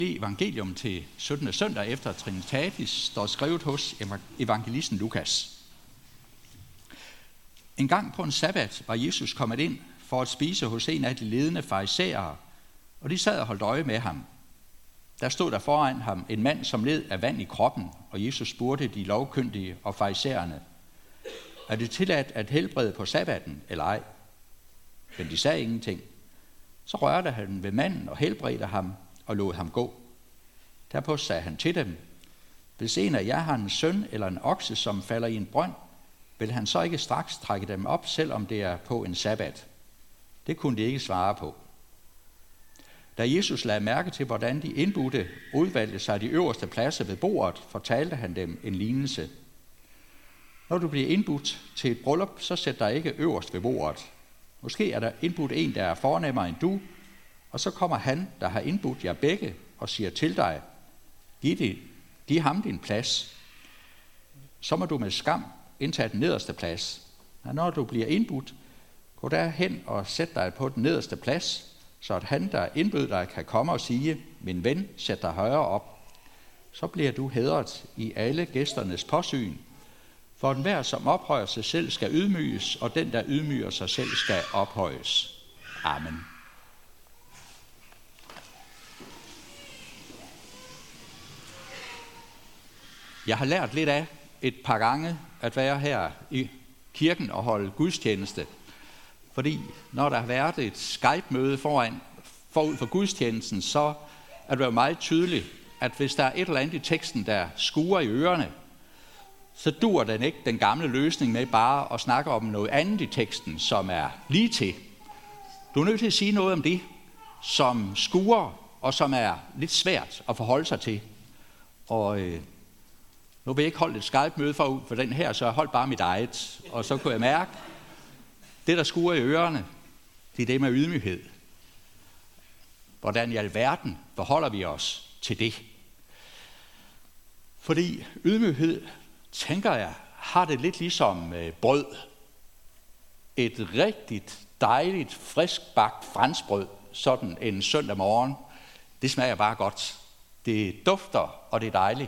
Det evangelium til 17. søndag efter Trinitatis står skrevet hos evangelisten Lukas. En gang på en sabbat var Jesus kommet ind for at spise hos en af de ledende farisæere, og de sad og holdt øje med ham. Der stod der foran ham en mand, som led af vand i kroppen, og Jesus spurgte de lovkyndige og farisæerne: er det tilladt at helbrede på sabbaten eller ej? Men de sagde ingenting. Så rørte han ved manden og helbredte ham og lod ham gå. Derpå sagde han til dem: hvis en af jer har en søn eller en okse, som falder i en brønd, vil han så ikke straks trække dem op, selvom det er på en sabbat? Det kunne de ikke svare på. Da Jesus lagde mærke til, hvordan de indbudte udvalgte sig de øverste pladser ved bordet, fortalte han dem en lignelse. Når du bliver indbudt til et bryllup, så sæt dig ikke øverst ved bordet. Måske er der indbudt en, der er fornemmere end du, og så kommer han, der har indbudt jer begge, og siger til dig: giv ham din plads. Så må du med skam indtage den nederste plads. Og når du bliver indbudt, gå derhen og sæt dig på den nederste plads, så at han, der indbød dig, kan komme og sige: min ven, sæt dig højere op. Så bliver du hædret i alle gæsternes påsyn. For enhver, som ophøjer sig selv, skal ydmyges, og den, der ydmyger sig selv, skal ophøjes. Amen. Jeg har lært lidt af et par gange at være her i kirken og holde gudstjeneste. Fordi når der har været et Skype-møde forud for gudstjenesten, så er det jo meget tydeligt, at hvis der er et eller andet i teksten, der skuer i ørerne, så duer den ikke den gamle løsning med bare at snakke om noget andet i teksten, som er lige til. Du er nødt til at sige noget om det, som skuer, og som er lidt svært at forholde sig til. Og nu vil jeg ikke holde et Skype-møde forud for den her, så jeg holdt bare mit eget. Og så kunne jeg mærke, det der skuer i ørerne, det er det med ydmyghed. Hvordan i alverden forholder vi os til det? Fordi ydmyghed, tænker jeg, har det lidt ligesom brød. Et rigtigt dejligt, friskbagt franskbrød, sådan en søndag morgen, det smager bare godt. Det dufter, og det er dejligt.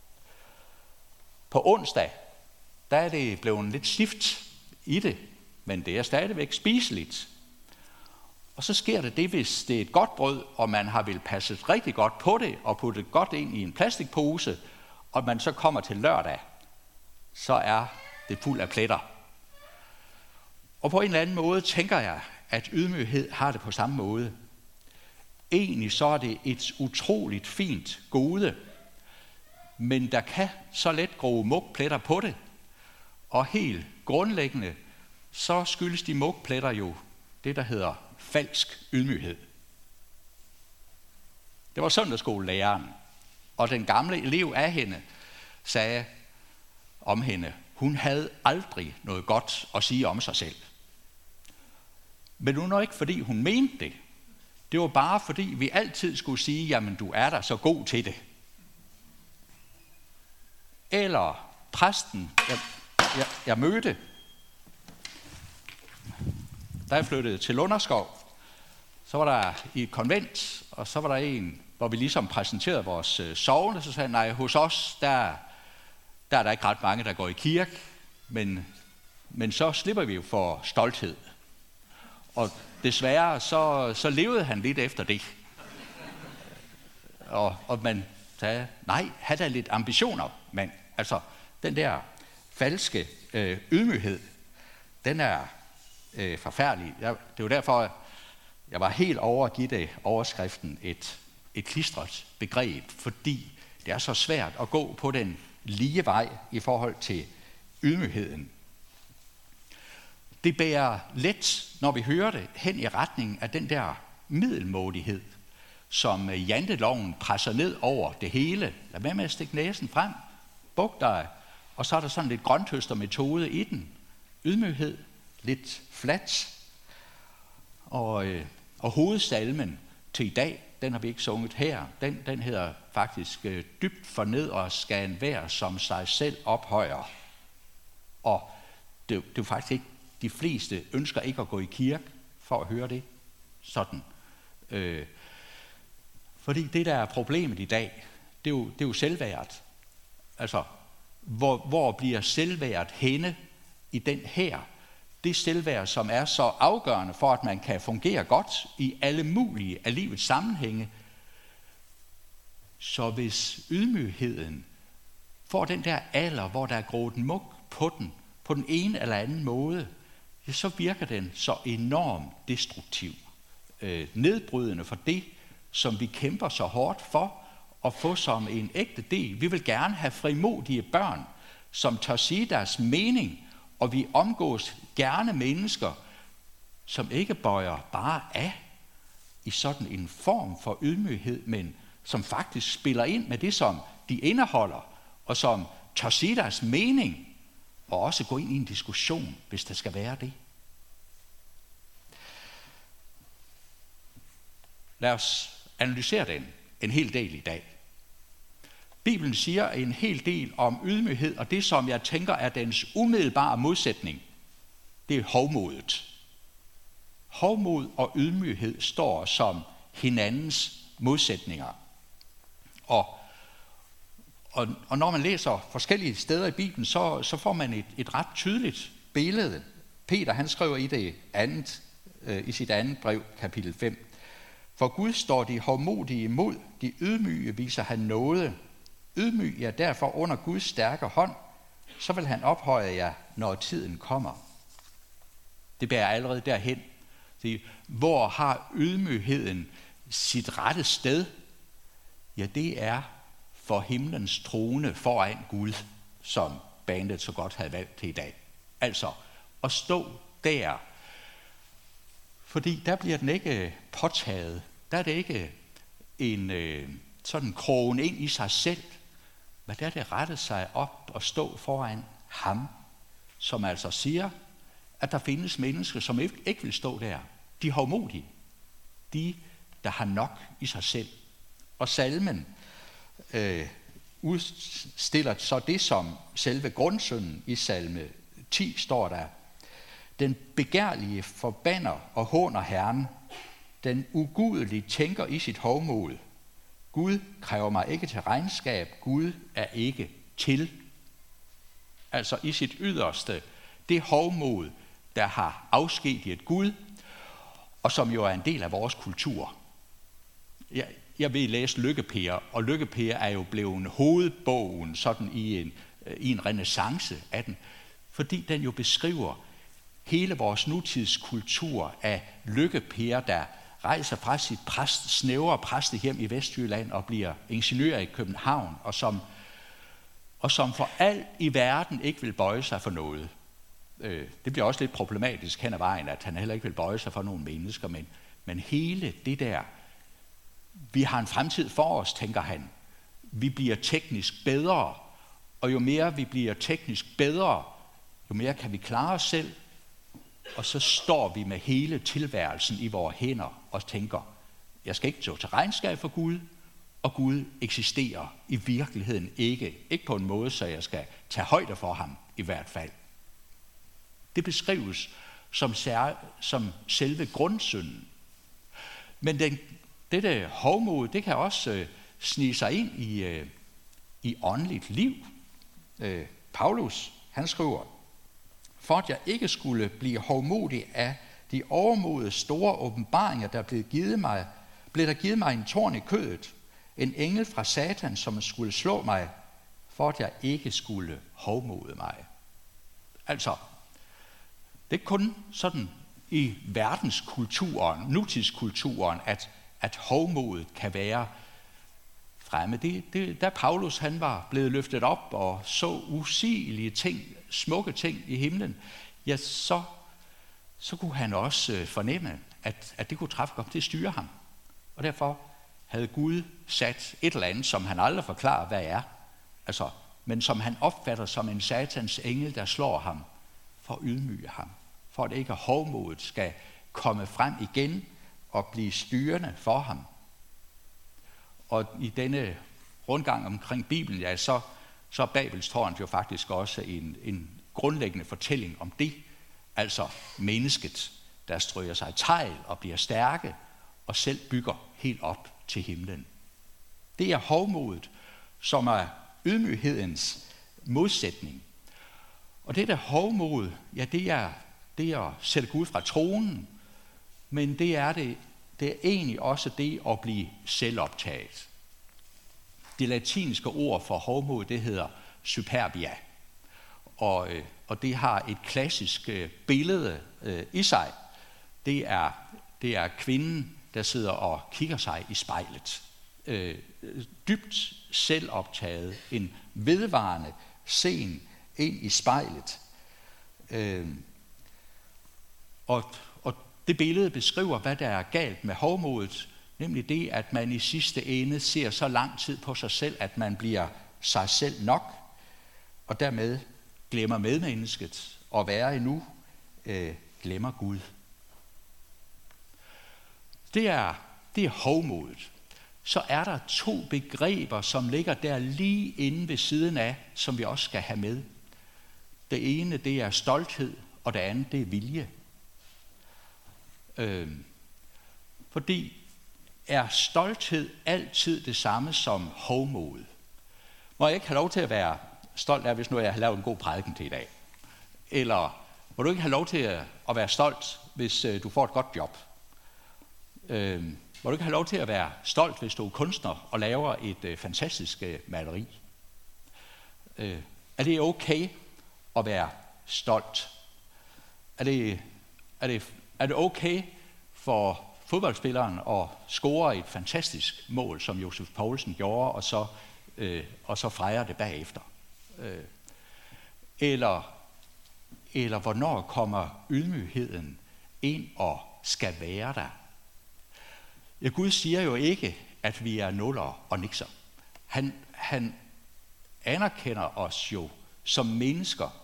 På onsdag, der er det blevet lidt stift i det, men det er stadigvæk spiseligt. Og så sker det, hvis det er et godt brød, og man har vel passet rigtig godt på det, og puttet godt ind i en plastikpose, og man så kommer til lørdag, så er det fuld af pletter. Og på en eller anden måde tænker jeg, at ydmyghed har det på samme måde. Egentlig så er det et utroligt fint gode, men der kan så let gro mugpletter på det. Og helt grundlæggende, så skyldes de mugpletter jo det, der hedder falsk ydmyghed. Det var søndagsskolelæreren, og den gamle elev af hende sagde om hende: hun havde aldrig noget godt at sige om sig selv. Men nu er ikke fordi hun mente det. Det var bare fordi vi altid skulle sige: jamen du er da så god til det. Eller præsten, jeg mødte, da jeg flyttede til Lunderskov, så var der i et konvent, og så var der en, hvor vi ligesom præsenterede vores sogne, så sagde han: nej, hos os, der er der ikke ret mange, der går i kirke, men så slipper vi jo for stolthed. Og desværre, så levede han lidt efter det. Og man sagde: nej, have da lidt ambitioner, mand. Altså, den der falske ydmyghed, den er forfærdelig. Det er jo derfor, jeg var helt over at give det overskriften et klistret begreb, fordi det er så svært at gå på den lige vej i forhold til ydmygheden. Det bærer let, når vi hører det, hen i retning af den der middelmådighed, som janteloven presser ned over det hele. Lad være med at stikke næsen frem, buk dig, og så er der sådan lidt grønthøstermetode i den. Ydmyghed, lidt flat. Og hovedsalmen til i dag, den har vi ikke sunget her. Den hedder faktisk: dybt fornedret skal enhver som sig selv ophøjer. Og det er jo faktisk ikke, de fleste ønsker ikke at gå i kirke for at høre det sådan. Fordi det, der er problemet i dag, det er jo selvværdet. Altså, hvor bliver selvværdet henne i den her? Det selvværd, som er så afgørende for, at man kan fungere godt i alle mulige af livets sammenhænge. Så hvis ydmygheden får den der alder, hvor der er groet mug på den ene eller anden måde, ja, så virker den så enormt destruktiv. Nedbrydende for det, som vi kæmper så hårdt for at få som en ægte del. Vi vil gerne have frimodige børn, som tør sige deres mening, og vi omgås gerne mennesker, som ikke bøjer bare af i sådan en form for ydmyghed, men som faktisk spiller ind med det, som de indeholder, og som tør sige deres mening, og også gå ind i en diskussion, hvis der skal være det. Lad os analysere den en hel del i dag. Bibelen siger en hel del om ydmyghed, og det, som jeg tænker er dens umiddelbare modsætning, det er hovmodet. Hovmod og ydmyghed står som hinandens modsætninger. Og når man læser forskellige steder i Bibelen, så får man et ret tydeligt billede. Peter, han skriver i sit andet brev, kapitel 5. For Gud står de hovmodige imod, de ydmyge viser han nåde. Ydmyg jer derfor under Guds stærke hånd, så vil han ophøje jer, når tiden kommer. Det bærer allerede derhen. Hvor har ydmygheden sit rette sted? Ja, det er for himlens trone foran Gud, som bandet så godt havde valgt til i dag. Altså, at stå der, fordi der bliver den ikke påtaget. Der er det ikke en sådan krogen ind i sig selv, men der er det rette sig op og stå foran ham, som altså siger, at der findes mennesker, som ikke vil stå der. De hovmodige, de, der har nok i sig selv. Og salmen udstiller så det, som selve grundsynden i salme 10 står der. Den begærlige forbander og håner Herren. Den ugudelige tænker i sit hovmod. Gud kræver mig ikke til regnskab. Gud er ikke til. Altså i sit yderste, det hovmod, der har afskediget Gud, og som jo er en del af vores kultur. Jeg vil læse Lykke-Per, og Lykke-Per er jo blevet hovedbogen sådan i en renæssance af den, fordi den jo beskriver hele vores nutidskultur af Lykke-Per, der rejser fra sit snævre præstehjem i Vestjylland og bliver ingeniør i København, og som for alt i verden ikke vil bøje sig for noget. Det bliver også lidt problematisk hen ad vejen, at han heller ikke vil bøje sig for nogle mennesker, men hele det der, vi har en fremtid for os, tænker han. Vi bliver teknisk bedre, og jo mere vi bliver teknisk bedre, jo mere kan vi klare os selv, og så står vi med hele tilværelsen i vores hænder og tænker, jeg skal ikke stå til regnskab for Gud, og Gud eksisterer i virkeligheden ikke på en måde, så jeg skal tage højde for ham i hvert fald. Det beskrives som selve grundsynden. Men dette hovmod, det kan også snige sig ind i åndeligt liv. Paulus, han skriver, for at jeg ikke skulle blive hovmodig af de overmodede store åbenbaringer, der blev der givet mig en torn i kødet, en engel fra Satan, som skulle slå mig, for at jeg ikke skulle hovmode mig. Altså, det er ikke kun sådan i verdenskulturen, nutidskulturen, at hovmodet kan være fremme. Da Paulus han var blevet løftet op og så usigelige ting, smukke ting i himlen, ja, så kunne han også fornemme, at det kunne træffe godt til at styre ham. Og derfor havde Gud sat et eller andet, som han aldrig forklarer, hvad er, altså, men som han opfatter som en satans engel, der slår ham for at ydmyge ham, for at ikke hovmodet skal komme frem igen og blive styrende for ham. Og i denne rundgang omkring Bibelen, ja, så er Babels tårn jo faktisk også en grundlæggende fortælling om det, altså mennesket, der strøger sig tegl og bliver stærke, og selv bygger helt op til himlen. Det er hovmodet, som er ydmyghedens modsætning. Og det der hovmod, ja, det er at sætte Gud fra tronen, men det er egentlig også det at blive selvoptaget. Det latinske ord for hovmod, det hedder superbia, og det har et klassisk billede i sig. Det er kvinden, der sidder og kigger sig i spejlet. Dybt selvoptaget, en vedvarende sen ind i spejlet. Og det billede beskriver, hvad der er galt med hovmodet, nemlig det, at man i sidste ende ser så lang tid på sig selv, at man bliver sig selv nok, og dermed glemmer medmennesket, og værre endnu, glemmer Gud. Det er hovmodet. Så er der 2 begreber, som ligger der lige inde ved siden af, som vi også skal have med. Det ene, det er stolthed, og det andet, det er vilje. Fordi er stolthed altid det samme som hovmod? Må jeg ikke have lov til at være stolt af, hvis nu jeg har lavet en god prædiken til i dag? Eller må du ikke have lov til at være stolt, hvis du får et godt job? Må du ikke have lov til at være stolt, hvis du er kunstner og laver et fantastisk maleri? Er det okay at være stolt? Er det okay for fodboldspilleren at score et fantastisk mål, som Josef Poulsen gjorde, og så fejre det bagefter? Eller hvornår kommer ydmygheden ind og skal være der? Ja, Gud siger jo ikke, at vi er nuller og nikser. Han anerkender os jo som mennesker.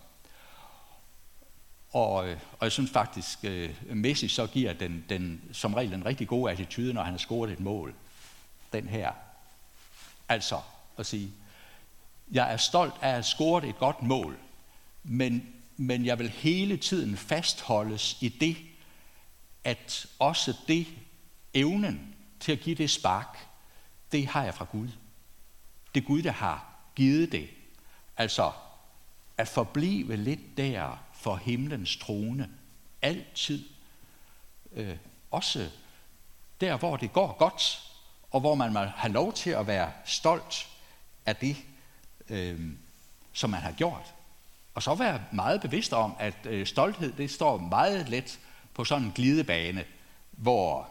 Og jeg synes faktisk, Messi så giver den som regel en rigtig god attitude, når han har scoret et mål. Den her. Altså at sige, jeg er stolt af at have scoret et godt mål, men jeg vil hele tiden fastholdes i det, at også det evnen til at give det spark, det har jeg fra Gud. Det er Gud, der har givet det. Altså at forblive lidt der for himlens trone. Altid. Også der, hvor det går godt, og hvor man har lov til at være stolt af det, som man har gjort. Og så være meget bevidst om, at stolthed, det står meget let på sådan en glidebane, hvor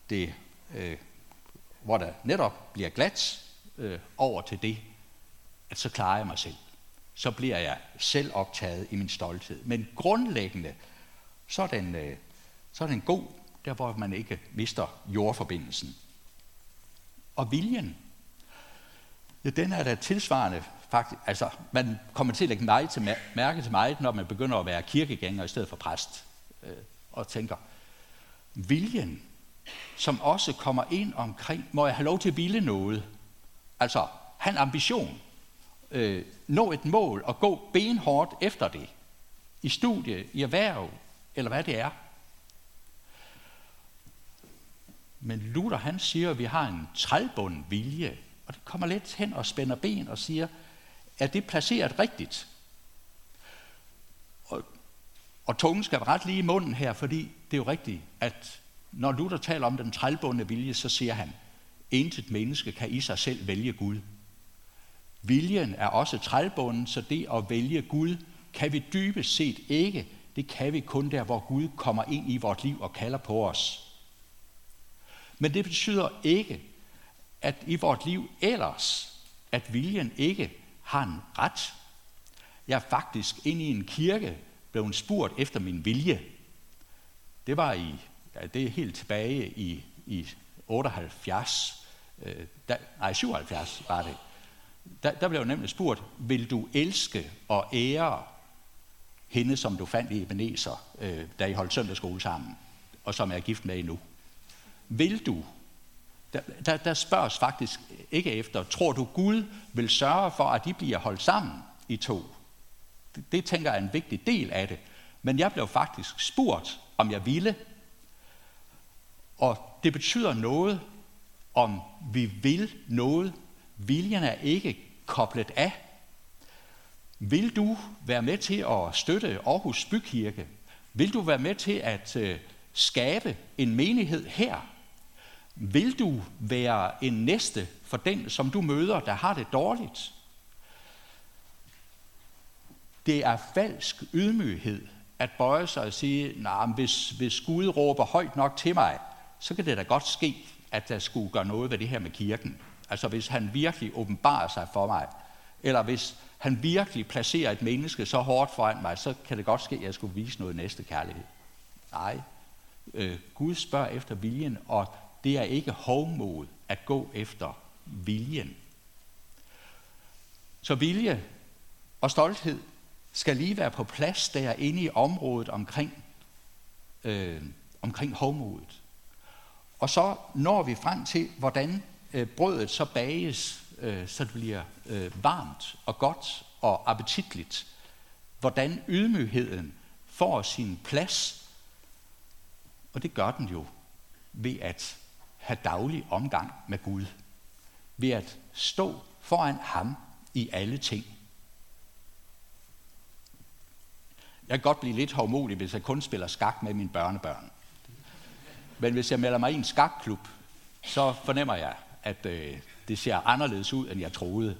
der netop bliver glat over til det, at så klarer jeg mig selv. Så bliver jeg selv optaget i min stolthed. Men grundlæggende, så er den god, der hvor man ikke mister jordforbindelsen. Og viljen, ja, den er da tilsvarende faktisk. Altså, man kommer til at lægge mærke til meget, når man begynder at være kirkegænger i stedet for præst. Og tænker, viljen, som også kommer ind omkring, må jeg have lov til at ville noget? Altså, have en ambition. Nå et mål og gå benhårdt efter det. I studie, i erhverv, eller hvad det er. Men Luther, han siger, at vi har en trælbunden vilje, og det kommer lidt hen og spænder ben og siger, er det placeret rigtigt? Og tungen skal være ret lige i munden her, fordi det er jo rigtigt, at når Luther taler om den trælbundne vilje, så siger han, intet menneske kan i sig selv vælge Gud. Viljen er også trælbunden, så det at vælge Gud, kan vi dybest set ikke. Det kan vi kun der, hvor Gud kommer ind i vores liv og kalder på os. Men det betyder ikke, at i vores liv ellers, at viljen ikke har en ret. Jeg er faktisk inde i en kirke blevet spurgt efter min vilje. Det var det er helt tilbage i 78, 77 var det. Der blev nemlig spurgt, vil du elske og ære hende, som du fandt i Ebenezer, da I holdt søndagsskole sammen, og som jeg er gift med endnu? Vil du? Der spørges faktisk ikke efter, tror du Gud vil sørge for, at de bliver holdt sammen i to? Det tænker jeg er en vigtig del af det. Men jeg blev faktisk spurgt, om jeg ville. Og det betyder noget, om vi vil noget Viljen er ikke koblet af. Vil du være med til at støtte Aarhus Bykirke? Vil du være med til at skabe en menighed her? Vil du være en næste for den, som du møder, der har det dårligt? Det er falsk ydmyghed at bøje sig og sige, nej, hvis Gud råber højt nok til mig, så kan det da godt ske, at der skulle gøre noget ved det her med kirken. Altså hvis han virkelig åbenbarer sig for mig, eller hvis han virkelig placerer et menneske så hårdt foran mig, så kan det godt ske, at jeg skulle vise noget næste kærlighed. Nej, Gud spørger efter viljen, og det er ikke hovmod at gå efter viljen. Så vilje og stolthed skal lige være på plads derinde i området omkring hovmodet. Og så når vi frem til, hvordan brødet så bages, så det bliver varmt og godt og appetitligt. Hvordan ydmygheden får sin plads. Og det gør den jo ved at have daglig omgang med Gud. Ved at stå foran ham i alle ting. Jeg kan godt blive lidt hovmodig, hvis jeg kun spiller skak med mine børnebørn. Men hvis jeg melder mig i en skakklub, så fornemmer jeg, at det ser anderledes ud, end jeg troede.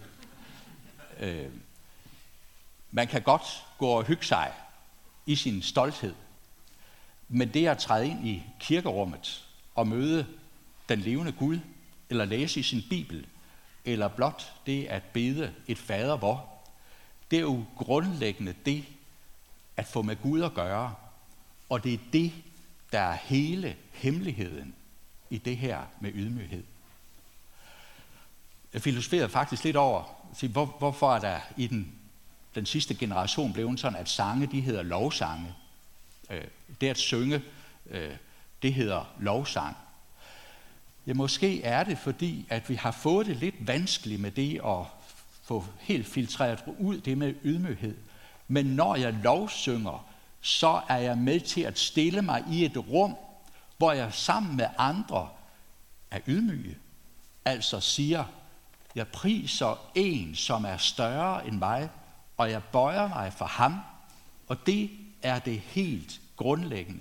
Man kan godt gå og hygge sig i sin stolthed, men det at træde ind i kirkerummet og møde den levende Gud, eller læse i sin bibel, eller blot det at bede et fader vor, det er jo grundlæggende det at få med Gud at gøre, og det er det, der er hele hemmeligheden i det her med ydmyghed. Jeg filosoferede faktisk lidt over, hvorfor er der i den sidste generation blevet sådan, at sange, de hedder lovsange. Det at synge, det hedder lovsang. Ja, måske er det fordi, at vi har fået det lidt vanskeligt med det at få helt filtreret ud det med ydmyghed. Men når jeg lovsynger, så er jeg med til at stille mig i et rum, hvor jeg sammen med andre er ydmyge. Altså siger, jeg priser en, som er større end mig, og jeg bøjer mig for ham, og det er det helt grundlæggende.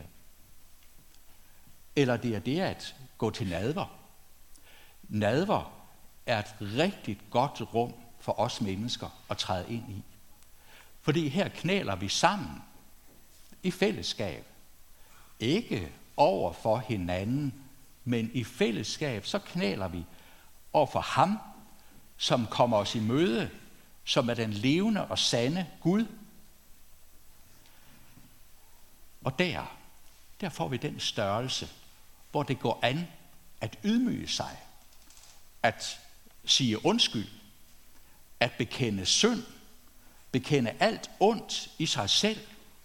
Eller det er det at gå til nadver. Nadver er et rigtig godt rum for os mennesker at træde ind i. Fordi her knæler vi sammen i fællesskab. Ikke over for hinanden, men i fællesskab, så knæler vi over for ham, som kommer os i møde, som er den levende og sande Gud. Og der får vi den størrelse, hvor det går an at ydmyge sig, at sige undskyld, at bekende synd, bekende alt ondt i sig selv,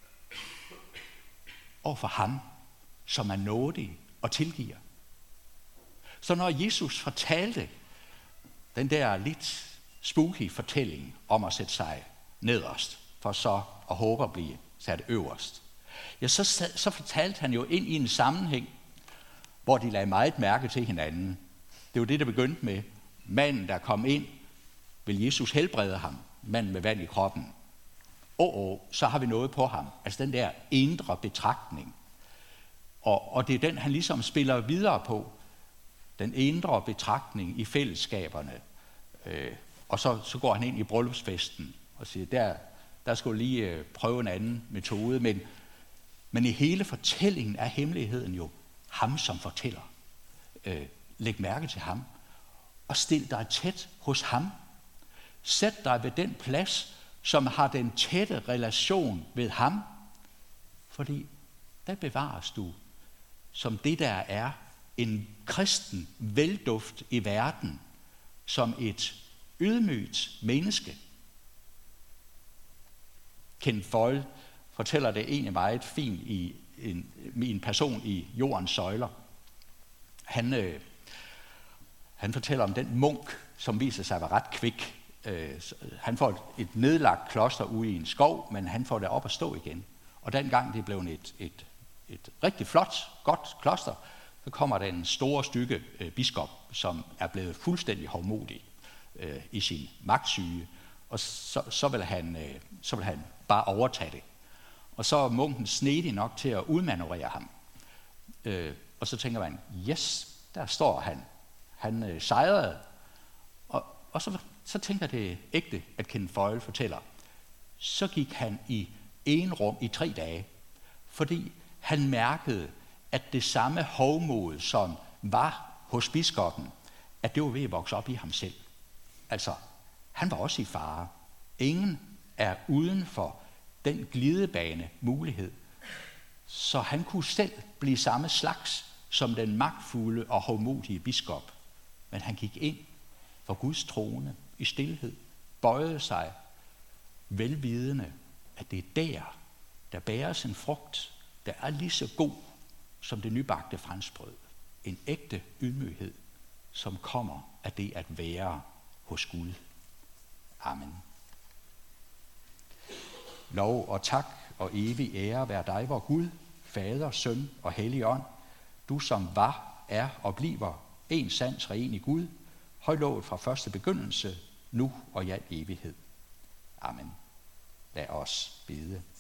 og for ham, som er nådig og tilgiver. Så når Jesus fortalte den der lidt spooky fortælling om at sætte sig nederst, for så at håbe at blive sat øverst, ja, så fortalte han jo ind i en sammenhæng, hvor de lagde meget mærke til hinanden. Det var det, der begyndte med. Manden, der kom ind, vil Jesus helbrede ham. Manden med vand i kroppen. Så har vi noget på ham. Altså den der indre betragtning. Og det er den, han ligesom spiller videre på. Den indre betragtning i fællesskaberne. Og så går han ind i bryllupsfesten og siger, der skulle lige prøve en anden metode. Men i hele fortællingen er hemmeligheden jo ham, som fortæller. Læg mærke til ham. Og stil dig tæt hos ham. Sæt dig ved den plads, som har den tætte relation ved ham. Fordi der bevares du som det, der er en kristen velduft i verden, som et ydmygt menneske. Ken Foyle fortæller det egentlig meget fint i en person i Jordens søjler. Han fortæller om den munk, som viser sig at være ret kvik. Han får et nedlagt kloster ude i en skov, men han får det op at stå igen. Og dengang det blev et rigtig flot, godt kloster, så kommer der en stor stykke biskop, som er blevet fuldstændig hovmodig. i sin magtsyge, og så vil han bare overtage det. Og så er munken snedig nok til at udmanøvrere ham. Og så tænker man, yes, der står han. Han sejrede. Og så tænker det ægte, at Kenneth Foyle fortæller. Så gik han i enrum i 3 dage, fordi han mærkede, at det samme hovmod, som var hos biskoppen, at det var ved at vokse op i ham selv. Altså, han var også i fare. Ingen er uden for den glidebane mulighed, så han kunne selv blive samme slags som den magtfulde og hovmodige biskop. Men han gik ind for Guds trone i stilhed, bøjede sig, velvidende, at det er der bæres en frugt, der er lige så god som det nybagte franskbrød. En ægte ydmyghed, som kommer af det at være hos Gud. Amen. Lov og tak og evig ære være dig, vor Gud, Fader, Søn og Hellig Ånd, du som var, er og bliver en sand treenig Gud, højlovet fra første begyndelse, nu og i al evighed. Amen. Lad os bede.